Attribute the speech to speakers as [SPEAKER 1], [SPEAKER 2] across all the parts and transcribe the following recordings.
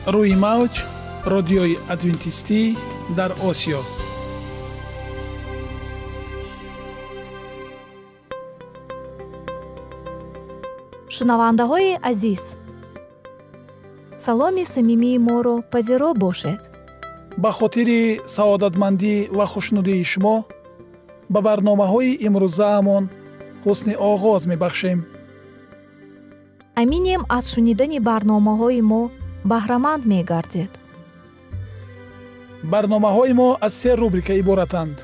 [SPEAKER 1] روی موج رادیوی ادوینتیستی در آسیا.
[SPEAKER 2] шунавандаҳои азиз, саломи самимии моро пазиро бошед.
[SPEAKER 1] ба хотири саодатмандӣ ва хушнудии шумо ба барномаҳои имрӯзаамон ҳусни оғоз мебахшем.
[SPEAKER 2] аминем аз шунидани барномаҳои мо баҳраманд мегардед.
[SPEAKER 1] барномаҳои мо аз 3 рубрика иборатанд.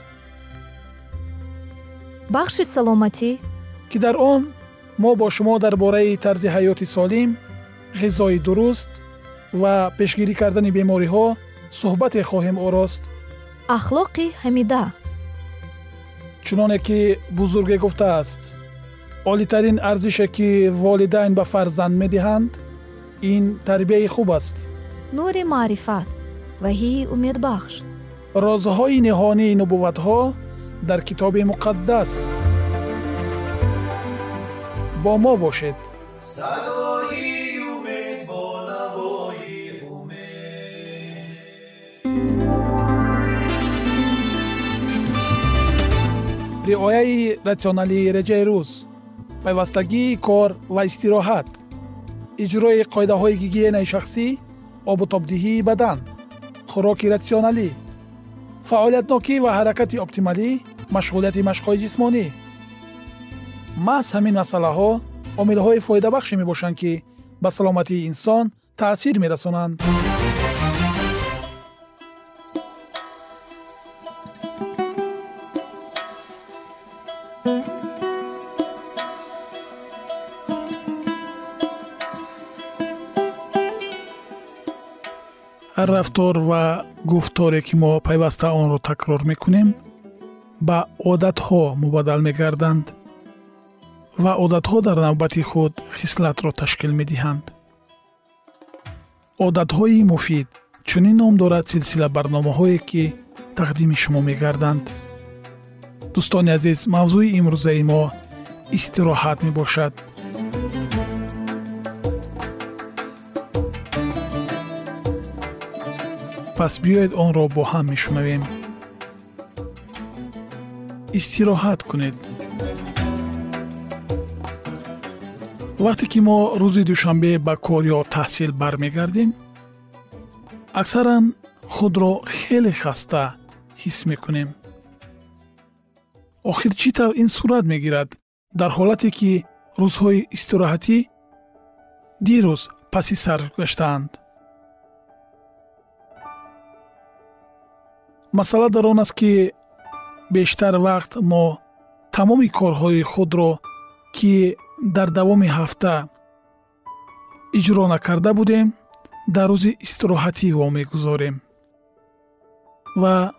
[SPEAKER 2] бахши саломатӣ
[SPEAKER 1] ки дар он мо бо шумо дар бораи тарзи ҳаёти солим, ғизои дуруст ва пешгирӣ кардани бемориҳо суҳбате хоҳем орост.
[SPEAKER 2] ахлоқи ҳамида.
[SPEAKER 1] чуноне ки бузурге гуфтааст, олитарин арзише ки волидайн ба фарзанд медиҳанд, ин тарбияи хуб аст.
[SPEAKER 2] нури маърифат, ваҳии умедбахш.
[SPEAKER 1] розҳои ниҳонии нубувватҳо дар китоби муқаддас. با ما باشد.
[SPEAKER 3] صدای امید با نوای امید.
[SPEAKER 1] رعایت راسیونالی رجای روز، پیوستگی کار و استراحت، اجرای قاعده‌های گیگین شخصی، آب و تابدهی بدن، خوراک راسیونالی، فعالیت نوکی و حرکت اپتیمالی، مشغولیت مشق‌های جسمانی. محض همین مسئله‌ها عامل‌های فایده‌بخش می‌باشند که به سلامتی انسان تأثیر می‌رسانند. هر رفتار و گفتاری که ما پیوسته آن را تکرار می‌کنیم به عادت‌ها مبادل می‌گردند. و عادت‌ها در نوبت خود خصلت را تشکیل می‌دهند. عادت‌های مفید چنین نام دارد سلسله برنامه‌هایی که تقدیم شما می‌گردند. دوستان عزیز، موضوع امروزه ما استراحت میباشد. پس بیایید آن را با هم میشنویم. استراحت کنید. وقتی که ما روز دوشنبه به کار یا تحصیل برمیگردیم، اکثرا خود را خیلی خسته حس میکنیم. آخر چی طور این صورت میگیرد در حالتی که روزهای استراحتی دیروز پسی سر گشتند؟ مسئله در آن است که بیشتر وقت ما تمام کارهای خود را که در دوام هفته اجرا نکرده بودیم در روز استراحتی وامی گذاریم و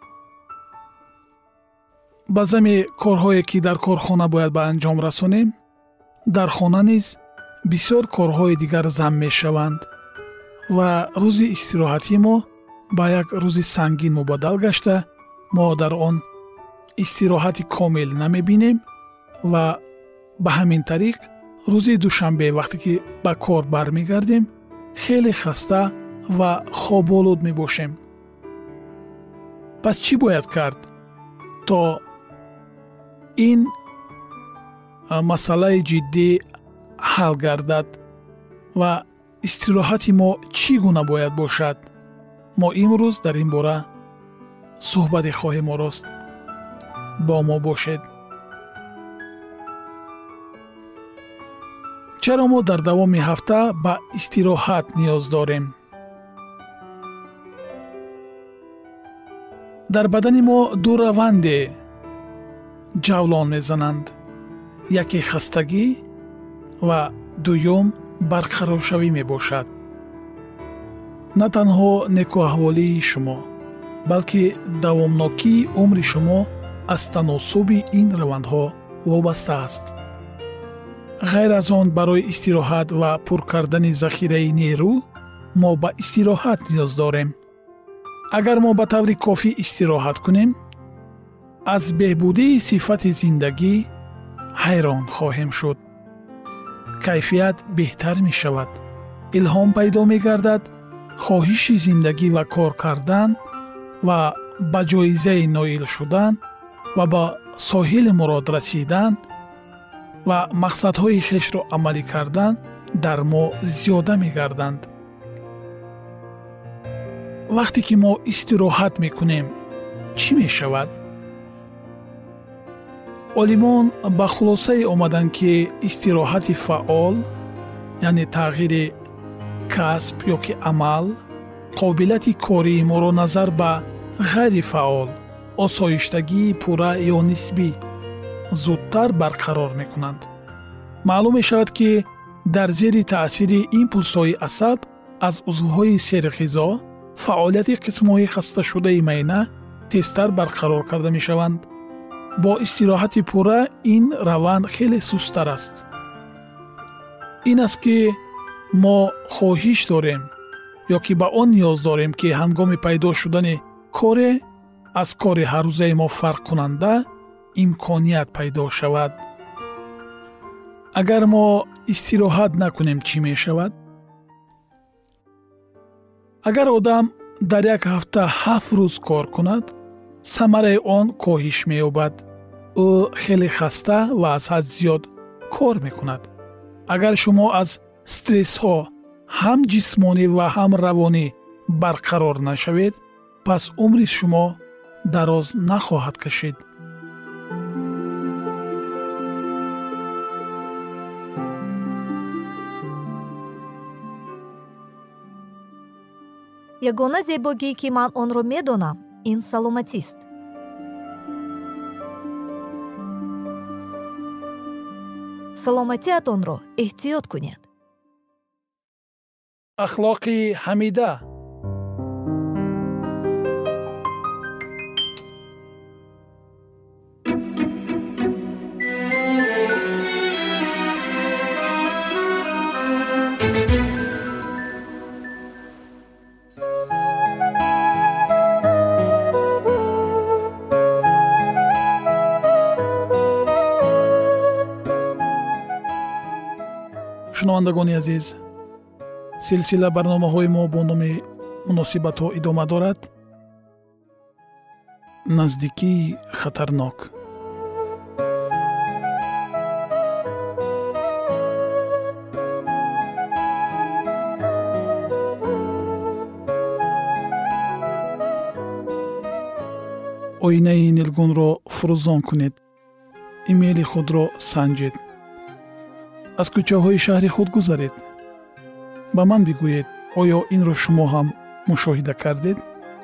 [SPEAKER 1] بعضی کارهایی که در کارخانه باید به انجام رسانیم در خانه نیز بسیار کارهای دیگر ضم می شوند و روز استراحتی ما با یک روز سنگین مبادل گشته ما در آن استراحت کامل نمی بینیم و به همین طریق روز دوشنبه وقتی که به کار برمیگردیم خیلی خسته و خواب‌آلود می باشیم. پس چی باید کرد تا این مسئله جدی حل گردد و استراحت ما چی گونه باید باشد؟ ما امروز در این باره صحبت خواهیم آورد. با ما باشید. چرا ما در دوام هفته به استراحت نیاز داریم؟ در بدن ما دو روند جولان میزنند. یکی خستگی و دوم برقرارشوی می باشد. نه تنها نیکو احوالی شما بلکه دوامناکی عمر شما از تناسب این روندها وابسته است. غیر از آن برای استراحت و پر کردن ذخیره نیرو ما به استراحت نیاز داریم. اگر ما به طور کافی استراحت کنیم از بهبودی صفت زندگی حیران خواهیم شد. کیفیت بهتر می شود. الهام پیدا می گردد خواهش زندگی و کار کردن و به جایزه نایل شدن و به ساحل مراد رسیدن و مقصدهای خویش را عملی کردن در ما زیاده می‌گردند. وقتی که ما استراحت می‌کنیم چی می‌شود؟ عالمان به خلاصه آمدند که استراحت فعال، یعنی تغییر کسب یا که عمل، قابلیت کاری ما را نظر به غیر فعال، آسایشتگی پوره یا نسبی زودتر برقرار می‌کنند. معلوم می‌شود که در زیر تأثیر ایمپولس‌های عصب از عضوهای سرغذا، فعالیت قسم‌های خسته شده معده تیزتر برقرار کرده می‌شوند. با استراحت پوره این روند خیلی سست‌تر است. این است که ما خواهش داریم یا که به آن نیاز داریم که هنگام پیدا شدن کار از کار هر روزه ما فرق کننده امکانیت پیدا شود. اگر ما استراحت نکنیم چی می شود؟ اگر آدم در یک هفته 7 روز کار کند، ثمره آن کاهش می یابد. او خیلی خسته و از حد زیاد کار می کند. اگر شما از استرس ها هم جسمانی و هم روانی برقرار نشوید، پس عمر شما دراز نخواهد کشید.
[SPEAKER 2] ягона зебогие ки ман онро медонам ин саломатист. саломатиатонро эҳтиёт кунед.
[SPEAKER 1] اخلاقی حمیده. шунавандагони азиз, силсила барномаҳои мо бо номи муносибатҳо идома дорад. наздикии хатарнок. оинаи нилгунро фурӯзон кунед. имейли худро санҷед. аз кӯчаҳои шаҳри худ гузаред. ба ман бигӯед, оё инро шумо ҳам мушоҳида кардед?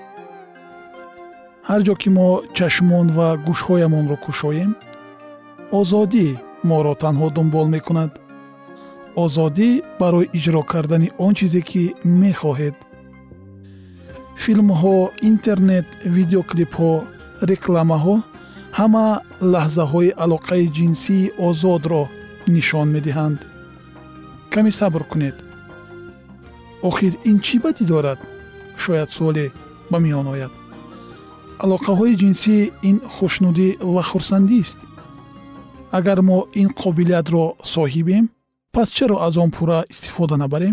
[SPEAKER 1] ҳар ҷо ки мо чашмон ва гӯшҳоямонро кушоем, озодӣ моро танҳо дунбол мекунад. озодӣ барои иҷро кардани он чизе ки мехоҳед. филмҳо, интернет, видеоклипҳо, рекламаҳо ҳама лаҳзаҳои алоқаи ҷинсии озодро нишон медиҳанд. каме сабр кунед. охир ин чӣ бадӣ дорад? шояд суоле ба миён ояд. алоқаҳои ҷинсӣ ин хушнудӣ ва хурсандист. агар мо ин қобилиятро соҳибем, пас чаро аз он пурра истифода набарем?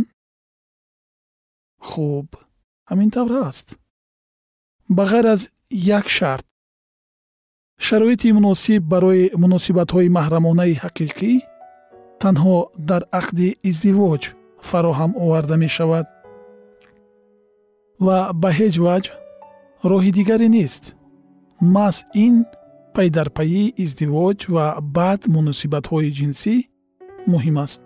[SPEAKER 1] хуб, ҳамин тавр аст. ба ғайр аз як шарт. шароити муносиб барои муносибатҳои маҳрамонаи ҳақиқӣ танҳо дар ақди издивоҷ фароҳам оварда мешавад ва ба ҳеҷ ваҷ роҳи дигаре нест. маҳз ин пайдарпайи издивоҷ ва баъд муносибатҳои ҷинсӣ муҳим аст.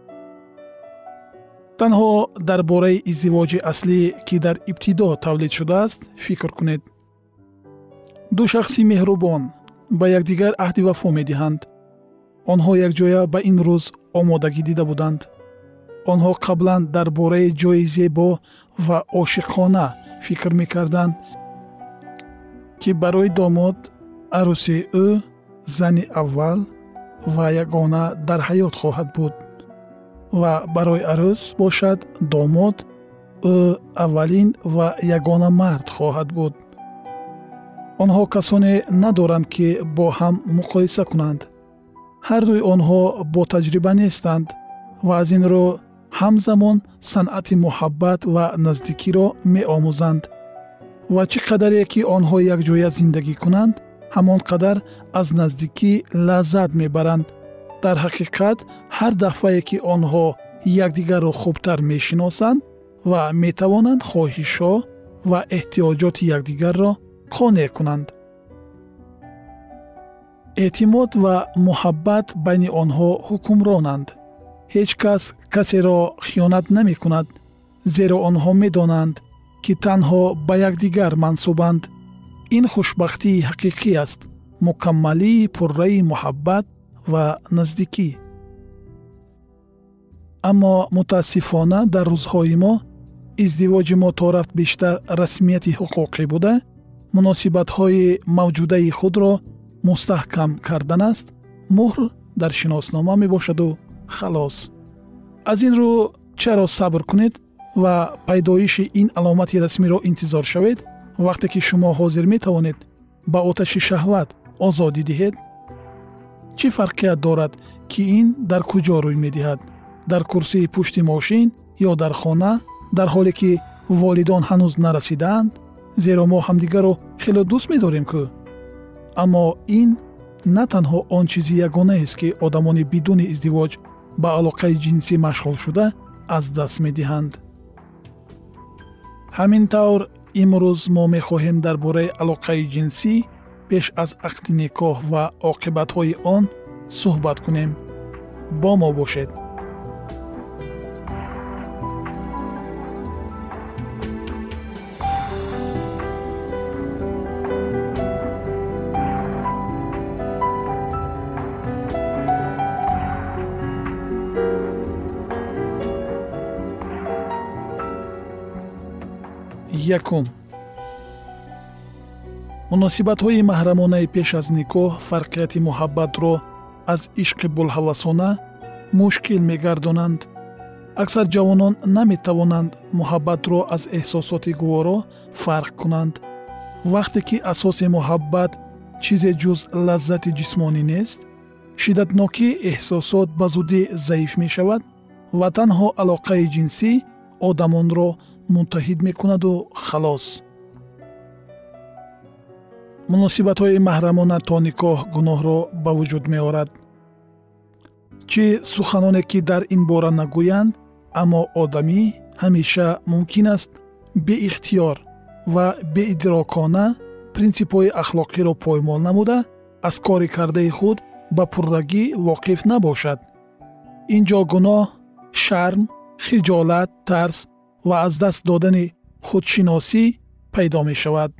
[SPEAKER 1] танҳо дар бораи издивоҷи аслӣ ки дар ибтидо тавлид шудааст фикр кунед. ду шахси меҳрубон ба якдигар аҳди вафо медиҳанд. онҳо якҷоя ба ин рӯз омодагӣ дида буданд. онҳо қаблан дар бораи ҷои зебо ва ошиқона фикр мекарданд ки барои домод арӯси ӯ зани аввал ва ягона дар ҳаёт хоҳад буд ва барои арӯс бошад домод ӯ аввалин ва ягона мард хоҳад буд. онҳо касоне надоранд ки бо ҳам муқоиса кунанд. ҳардуи онҳо бо таҷриба нестанд ва аз ин рӯ ҳамзамон санъати муҳаббат ва наздикиро меомӯзанд ва чӣ қадаре ки онҳо якҷоя зиндагӣ кунанд, ҳамон қадар аз наздикӣ лаззат мебаранд. дар ҳақиқат ҳар дафъае ки онҳо якдигарро хубтар мешиносанд ва метавонанд хоҳишҳо ва эҳтиёҷоти якдигарро қонеъ кунанд. эътимод ва муҳаббат байни онҳо ҳукмронанд. ҳеҷ кас касеро хиёнат намекунад, зеро онҳо медонанд ки танҳо ба якдигар мансубанд. ин хушбахтии ҳақиқӣ аст, мукаммалии пурраи муҳаббат ва наздикӣ. аммо мутаассифона дар рӯзҳои мо издивоҷи мо то рафт бештар расмияти ҳуқуқӣ буда, муносибатҳои мавҷудаи худро мустаҳкам кардан аст, муҳр дар шиноснома мебошаду халос. аз ин рӯ чаро сабр кунед ва пайдоиши ин аломати расмиро интизор шавед, вақте ки шумо ҳозир метавонед ба оташи шаҳват озодӣ диҳед? чӣ фарқият дорад ки ин дар куҷо рӯй медиҳад? дар курсии пушти мошин ё дар хона, дар ҳоле ки волидон ҳанӯз нарасидаанд? зеро мо ҳамдигарро хело дӯст медорем кӯ. аммо ин на танҳо он чизи ягонаест ки одамони бидуни издивоҷ ба алоқаи ҷинсӣ машғул шуда аз даст медиҳанд. ҳамин тавр имрӯз мо мехоҳем дар бораи алоқаи ҷинсӣ пеш аз ақди никоҳ ва оқибатҳои он суҳбат кунем. бо мо бошед. якум. муносибатҳои маҳрамонаи пеш аз никоҳ фарқияти муҳаббатро аз ишқи булҳавасона мушкил мегардонанд. аксар ҷавонон наметавонанд муҳаббатро аз эҳсосоти гуворо фарқ кунанд. вақте ки асоси муҳаббат чизе ҷуз лаззати ҷисмонӣ нест, шиддатнокии эҳсосот ба зудӣ заиф мешавад ва танҳо алоқаи ҷинсӣ одамонро муттаҳид мекунаду халос. муносибатҳои маҳрамона то никоҳ гуноҳро ба вуҷуд меорад. чӣ суханоне ки дар ин бора нагӯянд, аммо одамӣ ҳамеша мумкин аст беихтиёр ва беидрокона принсипҳои ахлоқиро поймол намуда аз кори кардаи худ ба пуррагӣ воқиф набошад. ин ҷо гуноҳ, шарм, хиҷолат, тарс ва аз даст додани худшиносӣ пайдо мешавад.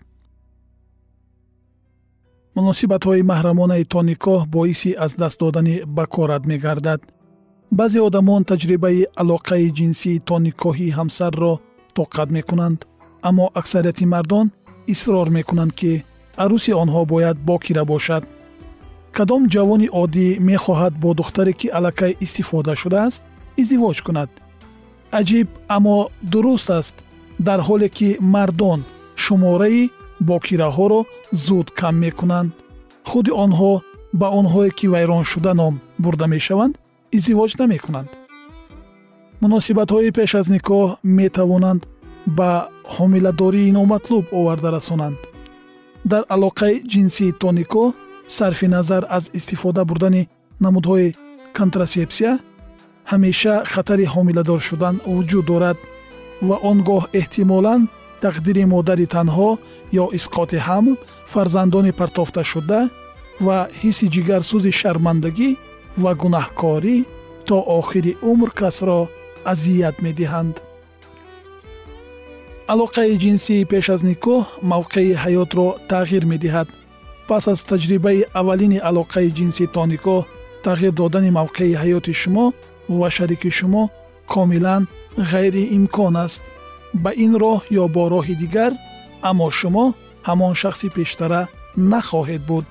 [SPEAKER 1] муносибатҳои маҳрамонаи то никоҳ боиси аз даст додани бакорат мегардад. баъзе одамон таҷрибаи алоқаи ҷинсии то никоҳии ҳамсарро тоқат мекунанд, аммо аксарияти мардон исрор мекунанд ки арӯси онҳо бояд бокира бошад. кадом ҷавони оддӣ мехоҳад бо духтаре ки аллакай истифода шудааст издивоҷ кунад? аҷиб, аммо дуруст аст, дар ҳоле ки мардон шумораи бокираҳоро зуд кам мекунанд, худи онҳо ба онҳое ки вайрон шуда ном бурда мешаванд издивоҷ намекунанд. муносибатҳои пеш аз никоҳ метавонанд ба ҳомиладории номатлуб оварда расонанд. дар алоқаи ҷинсии то никоҳ сарфи назар аз истифода бурдани намудҳои контрасепсия ҳамеша хатари ҳомиладор шудан вуҷуд дорад ва он гоҳ эҳтимолан тақдири модари танҳо ё исқоти ҳамл, фарзандони партофташуда ва ҳисси ҷигарсӯзи шармандагӣ ва гунаҳкорӣ то охири умр касро азият медиҳанд. алоқаи ҷинсии пеш аз никоҳ мавқеи ҳаётро тағйир медиҳад. пас аз таҷрибаи аввалини алоқаи ҷинсӣ то никоҳ, тағйир додани мавқеи ҳаёти шумо ва шарики шумо комилан ғайриимкон аст. ба ин роҳ ё бо роҳи дигар, аммо шумо ҳамон шахси пештара нахоҳед буд.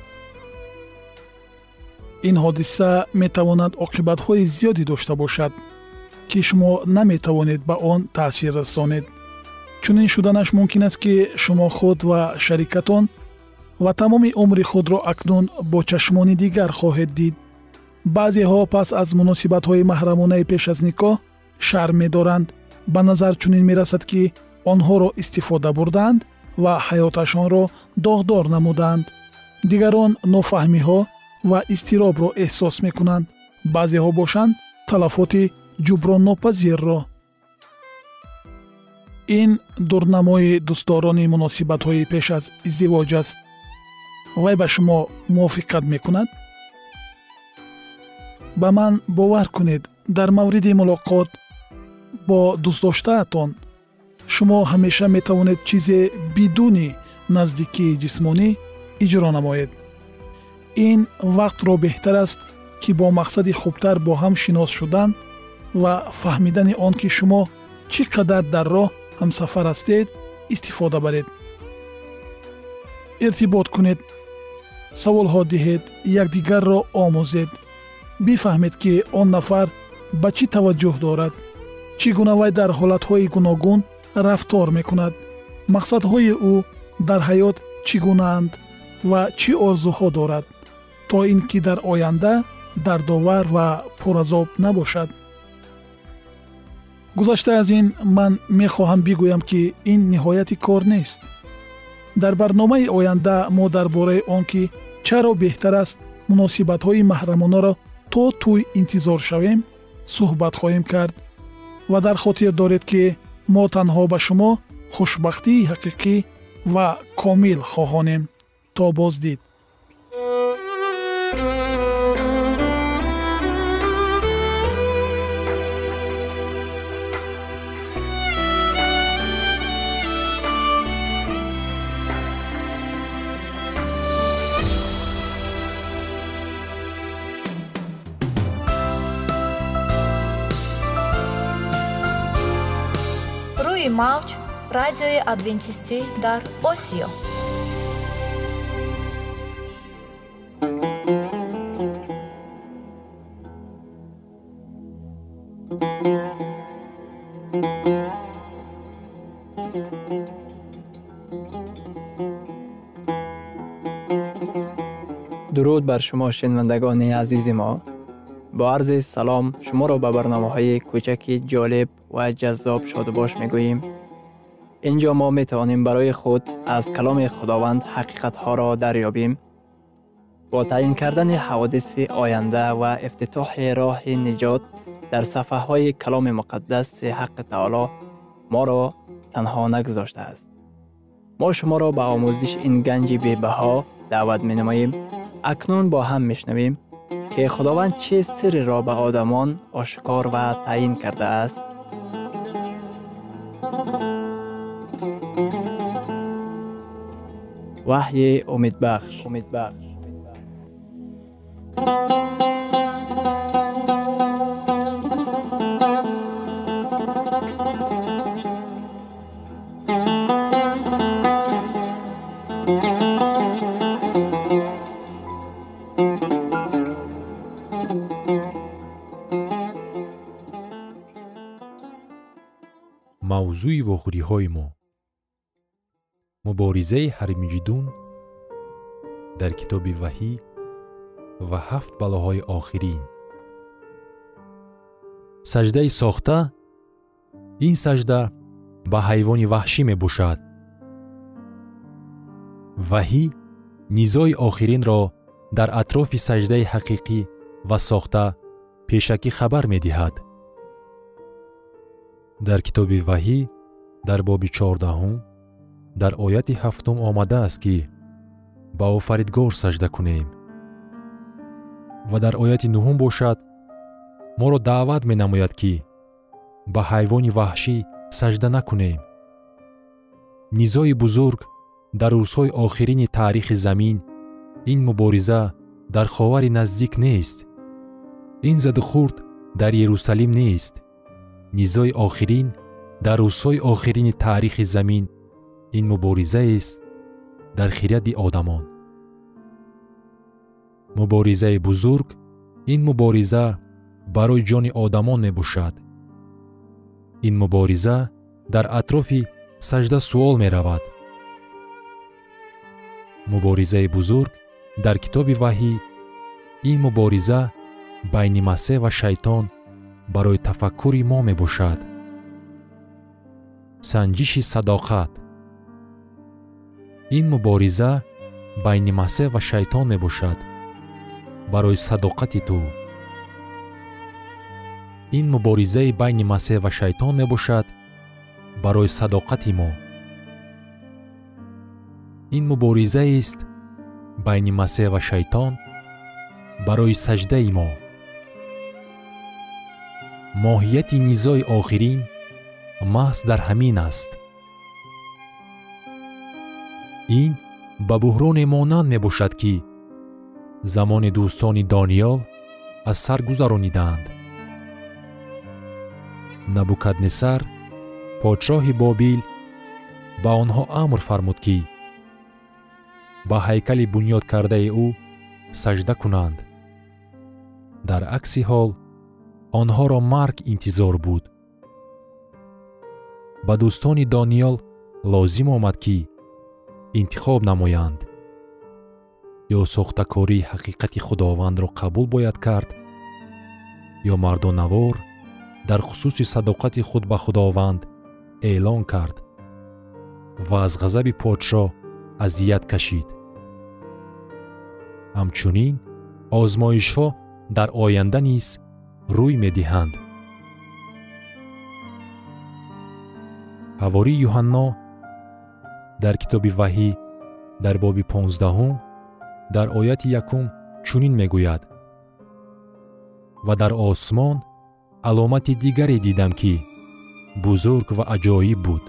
[SPEAKER 1] ин ҳодиса метавонад оқибатҳои зиёде дошта бошад ки шумо наметавонед ба он таъсир расонед. чунин шуданаш мумкин аст ки шумо худ ва шарикатон ва тамоми умри худро акнун бо чашмони дигар хоҳед дид. баъзеҳо пас аз муносибатҳои маҳрамонаи пеш аз никоҳ шарм медоранд, ба назар чунин мерасад ки онҳоро истифода бурданд ва ҳаёташонро доғдор намуданд. дигарон нофаҳмиҳо ва изтиробро эҳсос мекунанд. баъзеҳо бошанд талафоти ҷуброннопазирро. ин дурнамои дӯстдорони муносибатҳои пеш аз издивоҷ аст. вай ба шумо мувофиқат мекунад? ба ман бовар кунед, дар мавриди мулоқот бо дӯстдоштаатон шумо ҳамеша метавонед чизе бидуни наздикии ҷисмонӣ иҷро намоед. ин вақтро беҳтар аст ки бо мақсади хубтар бо ҳам шинос шудан ва фаҳмидани он ки шумо чӣ қадар дар роҳ ҳамсафар ҳастед истифода баред. иртибот кунед, саволҳо диҳед, якдигарро омӯзед. бифаҳмед ки он нафар ба чӣ таваҷҷӯҳ дорад, чӣ гуна вай дар ҳолатҳои гуногун рафтор мекунад, мақсадҳои ӯ дар ҳаёт чӣ гунаанд ва чӣ орзуҳо дорад, то ин ки дар оянда дардовар ва пуразоб набошад. гузашта аз ин ман мехоҳам бигӯям ки ин ниҳояти кор нест. дар барномаи оянда мо дар бораи он ки чаро беҳтар аст муносибатҳои маҳрамонаро то тӯй интизор шавем суҳбат хоҳем кард ва дар хотир доред ки мо танҳо ба шумо хушбахтии ҳақиқӣ ва комил хоҳонем. то боздид.
[SPEAKER 2] мавҷ радиои адвентистӣ дар Осиё.
[SPEAKER 4] درود بر شما شنوندگان عزیز ما. با عرض سلام شما را به برنامه‌های کوچکی جالب و جذاب شادباش می‌گوییم. اینجا ما می‌توانیم برای خود از کلام خداوند حقیقت‌ها را دریابیم. با تعیین کردن حوادث آینده و افتتاح راه نجات در صفحه‌های کلام مقدس حق تعالی ما را تنها نگذاشته است. ما شما را به آموزش این گنج بی‌بها دعوت می‌نماییم. اکنون با هم می‌شنویم که خداوند چه سری را به آدمان آشکار و تعیین کرده است. وحی امیدبخش.
[SPEAKER 5] мавзӯи вохӯриҳои мо муборизаи ҳармиҷидун дар китоби ваҳӣ ва 7 балоҳои охирин. саҷдаи сохта, ин саҷда ба ҳайвони ваҳшӣ мебошад. ваҳӣ низои охиринро дар атрофи саҷдаи ҳақиқӣ ва сохта пешакӣ хабар медиҳад. дар китоби ваҳӣ дар боби 14 дар ояти 7 омадааст ки ба офаридгор саҷда кунем ва дар ояти 9 бошад моро даъват менамояд ки ба ҳайвони ваҳшӣ саҷда накунем. низои бузург дар рӯзҳои охирини таърихи замин, ин мубориза дар ховари наздик нест. ин задухурд дар Ерусалим нест. низои охирин дар рӯзҳои охирини таърихи замин, ин муборизаест дар хиради одамон. муборизаи бузург, ин мубориза барои ҷони одамон мебошад. ин мубориза дар атрофи саҷда суол меравад. муборизаи бузург дар китоби ваҳӣ, ин мубориза байни масеҳ ва шайтон барои тафаккури мо мебошад. санҷиши садоқат. ин мубориза байни масеҳ ва шайтон мебошад барои садоқати ту. ин муборизаи байни масеҳ ва шайтон мебошад барои садоқати мо. ин муборизаест байни масеҳ ва шайтон барои саҷдаи мо. моҳияти низои охирин маҳз дар ҳамин аст. ин ба буҳроне монанд мебошад ки замони дӯстони Дониёл аз сар гузарониданд. Набукаднесар подшоҳи Бобил ба онҳо амр фармуд ки ба ҳайкали бунёд кардаи ӯ сажда кунанд. дар акси ҳол онҳоро марг интизор буд. ба дӯстони Дониёл лозим омад ки интихоб намоянд. ё сохтакории ҳақиқати худовандро қабул бояд кард, ё мардонавор дар хусуси садоқати худ ба худованд эълон кард ва аз ғазаби подшоҳ азият кашид. ҳамчунин озмоишҳо дар оянда низ рӯй медиҳанд. ҳавори Юҳанно дар китоби ваҳӣ дар боби 15 дар ояти 1 чунин мегӯяд: ва дар осмон аломати дигаре дидам ки бузург ва аҷоиб буд.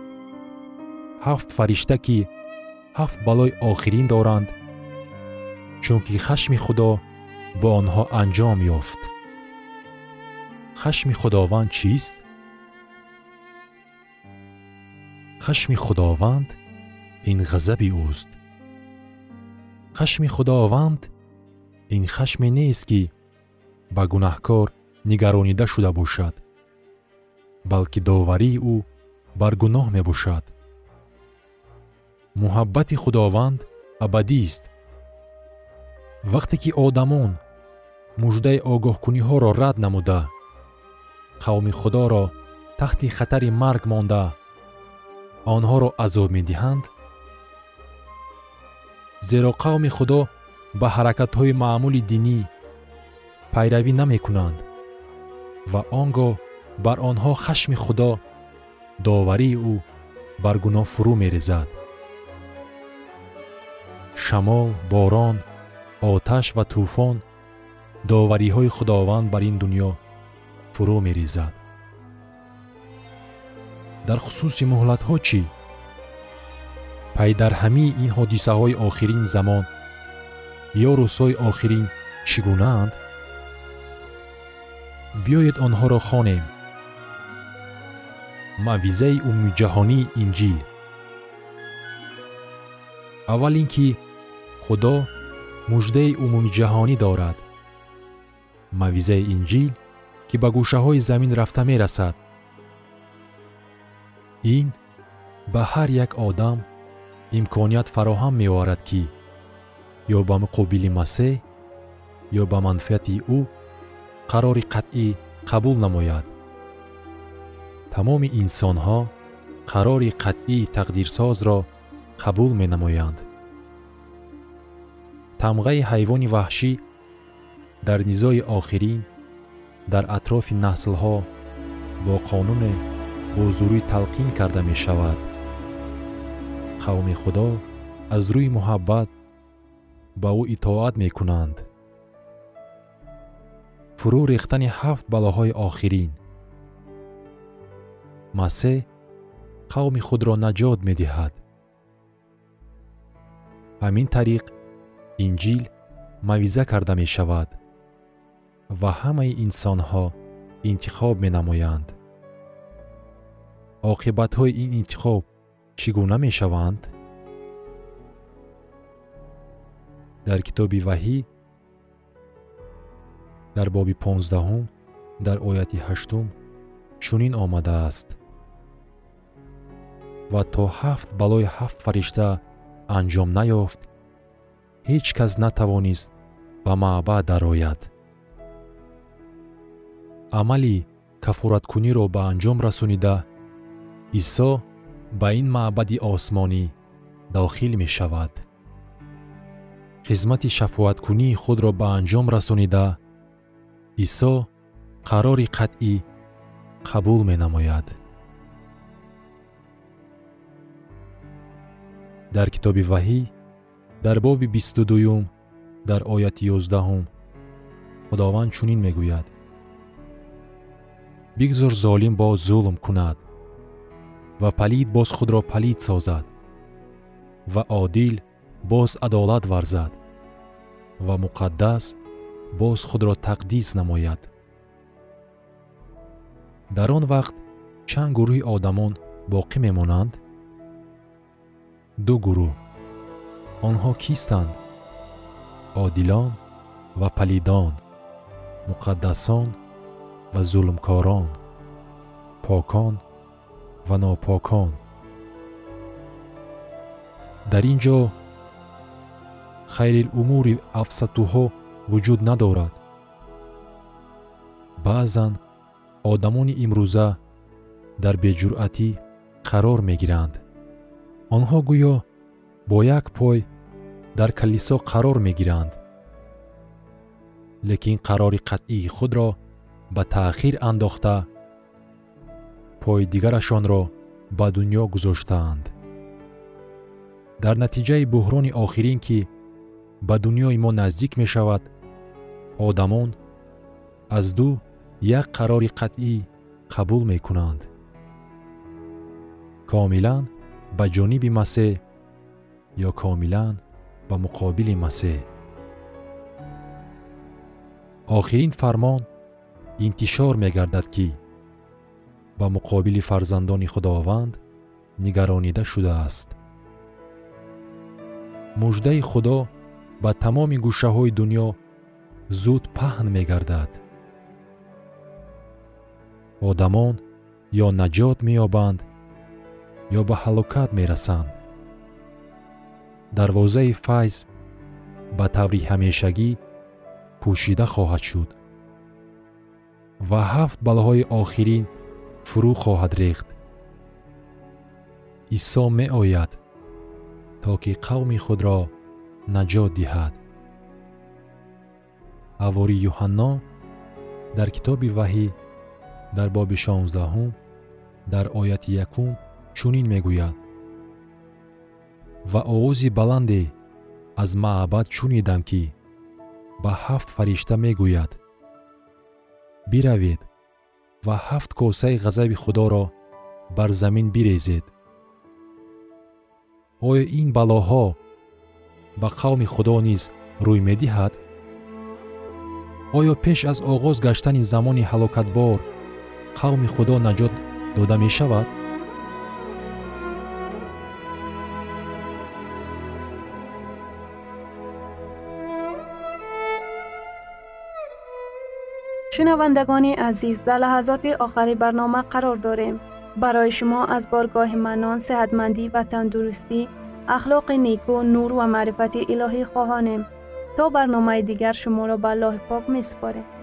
[SPEAKER 5] 7 фаришта ки 7 балои охирин доранд, чунки хашми Худо ба онҳо анҷом ёфт. хашми Худованд чист? хашми Худованд ин ғазаби ӯст. хашми Худованд ин хашме нест ки ба гунаҳкор нигаронида шуда бошад, балки доварии ӯ бар гуноҳ мебошад. муҳаббати Худованд абадист. вақте ки одамон муждаи огоҳкуниҳоро рад намуда, қавми Худоро таҳти хатари марг монда, онҳоро азоб медиҳанд, зеро қавми Худо ба ҳаракатҳои маъмули динӣ пайравӣ намекунанд ва он гоҳ бар онҳо хашми Худо, доварии ӯ бар гуноҳ фурӯ мерезад. шамол, борон, оташ ва тӯфон довариҳои Худованд бар ин дунё фурӯ мерезад. дар хусуси муҳлатҳо чӣ? пай дар ҳамаи ин ҳодисаҳои охирин замон ё рӯзҳои охирин чӣ гунаанд? биёед онҳоро хонем. маъвизаи умумиҷаҳонии Инҷил. аввал ин ки Худо муждаи умумиҷаҳонӣ дорад. маъвизаи Инҷил ки ба гӯшаҳои замин рафта мерасад. ин ба ҳар як одам имконият фароҳам меоварад ки ё ба муқобили Масеҳ ё ба манфиати ӯ қарори қатъӣ қабул намояд. тамоми инсонҳо қарори қатъии тақдирсозро қабул менамоянд. тамғаи ҳайвони ваҳшӣ дар низои охирин дар атрофи наслҳо бо қонуне ҳузурӣ талқин карда мешавад. қавми Худо аз рӯи муҳаббат ба ӯ итоат мекунанд. фурӯ рехтани 7 балоҳои охирин. масеҳ қавми худро наҷот медиҳад. ҳамин тариқ инҷил мавъиза карда мешавад ва ҳамаи инсонҳо интихоб менамоянд. оқибатҳои ин интихоб чӣ гуна мешаванд? дар китоби ваҳӣ дар боби 15 дар ояти 8 чунин омадааст: ва то 7 балои 7 фаришта анҷом наёфт, ҳеҷ кас натавонист ба маъбад дарояд. عملی کفارتکنی را به انجام رسانیده، عیسی به این معبد آسمانی داخل می شود. خدمت شفاعت‌کنی خود را به انجام رسانیده، عیسی قرار قطعی قبول می نماید. در کتاب وحی در باب 22 در آیت 11 خداوند چنین می گوید: بگذار ظالم باز ظلم کند و پلید باز خود را پلید سازد و عادل باز عدالت ورزد و مقدس باز خود را تقدیس نماید. در آن وقت چند گروه آدمان باقی میمانند؟ 2 گروه. آنها کیستند؟ عادلان و پلیدان، مقدسان و ظلمکاران، پاکان و ناپاکان. در اینجا خیر الامور افسطها وجود ندارد. بعضاً آدمان امروزه در بی‌جرأتی قرار میگیرند. آنها گویا با یک پای در کلیسا قرار میگیرند، لیکن قرار قطعی خود را به تأخیر انداخته پای دیگرشان را به دنیا گذاشتند. در نتیجه بحران آخرین که به دنیای ما نزدیک می شود، آدمان از دو یک قرار قطعی قبول می کنند: کاملا به جانب مسیح یا کاملا به مقابل مسیح. آخرین فرمان انتشار می گردد که به مقابل فرزندان خداوند نگرانیده شده است. مژده خدا به تمام گوشه های دنیا زود پهن می گردد. آدمان یا نجات می یابند یا به هلاکت می رسند. دروازه فیض به طور همیشگی پوشیده خواهد شد و 7 بلاهای آخرین فرو خواهد ریخت. عیسی می آید تا که قوم خود را نجات دهد. حواری یوحنا در کتاب وحی در باب 16 در آیت 1 چنین می گوید: و آوازی بلندی از معبد شنیدم که به 7 فرشته می گوید: بروید و 7 کاسه غضب خدا را بر زمین بریزید. آیا این بلاها به قوم خدا نیز روی می دهد؟ آیا پیش از آغاز گشتن زمان هلاکتبار قوم خدا نجات داده می شود؟
[SPEAKER 6] شنوندگان عزیز، در لحظات آخری برنامه قرار داریم. برای شما از بارگاه منان، صحتمندی و تندرستی، اخلاق نیکو، نور و معرفت الهی خواهانیم. تا برنامه دیگر شما را به الله پاک می‌سپاریم.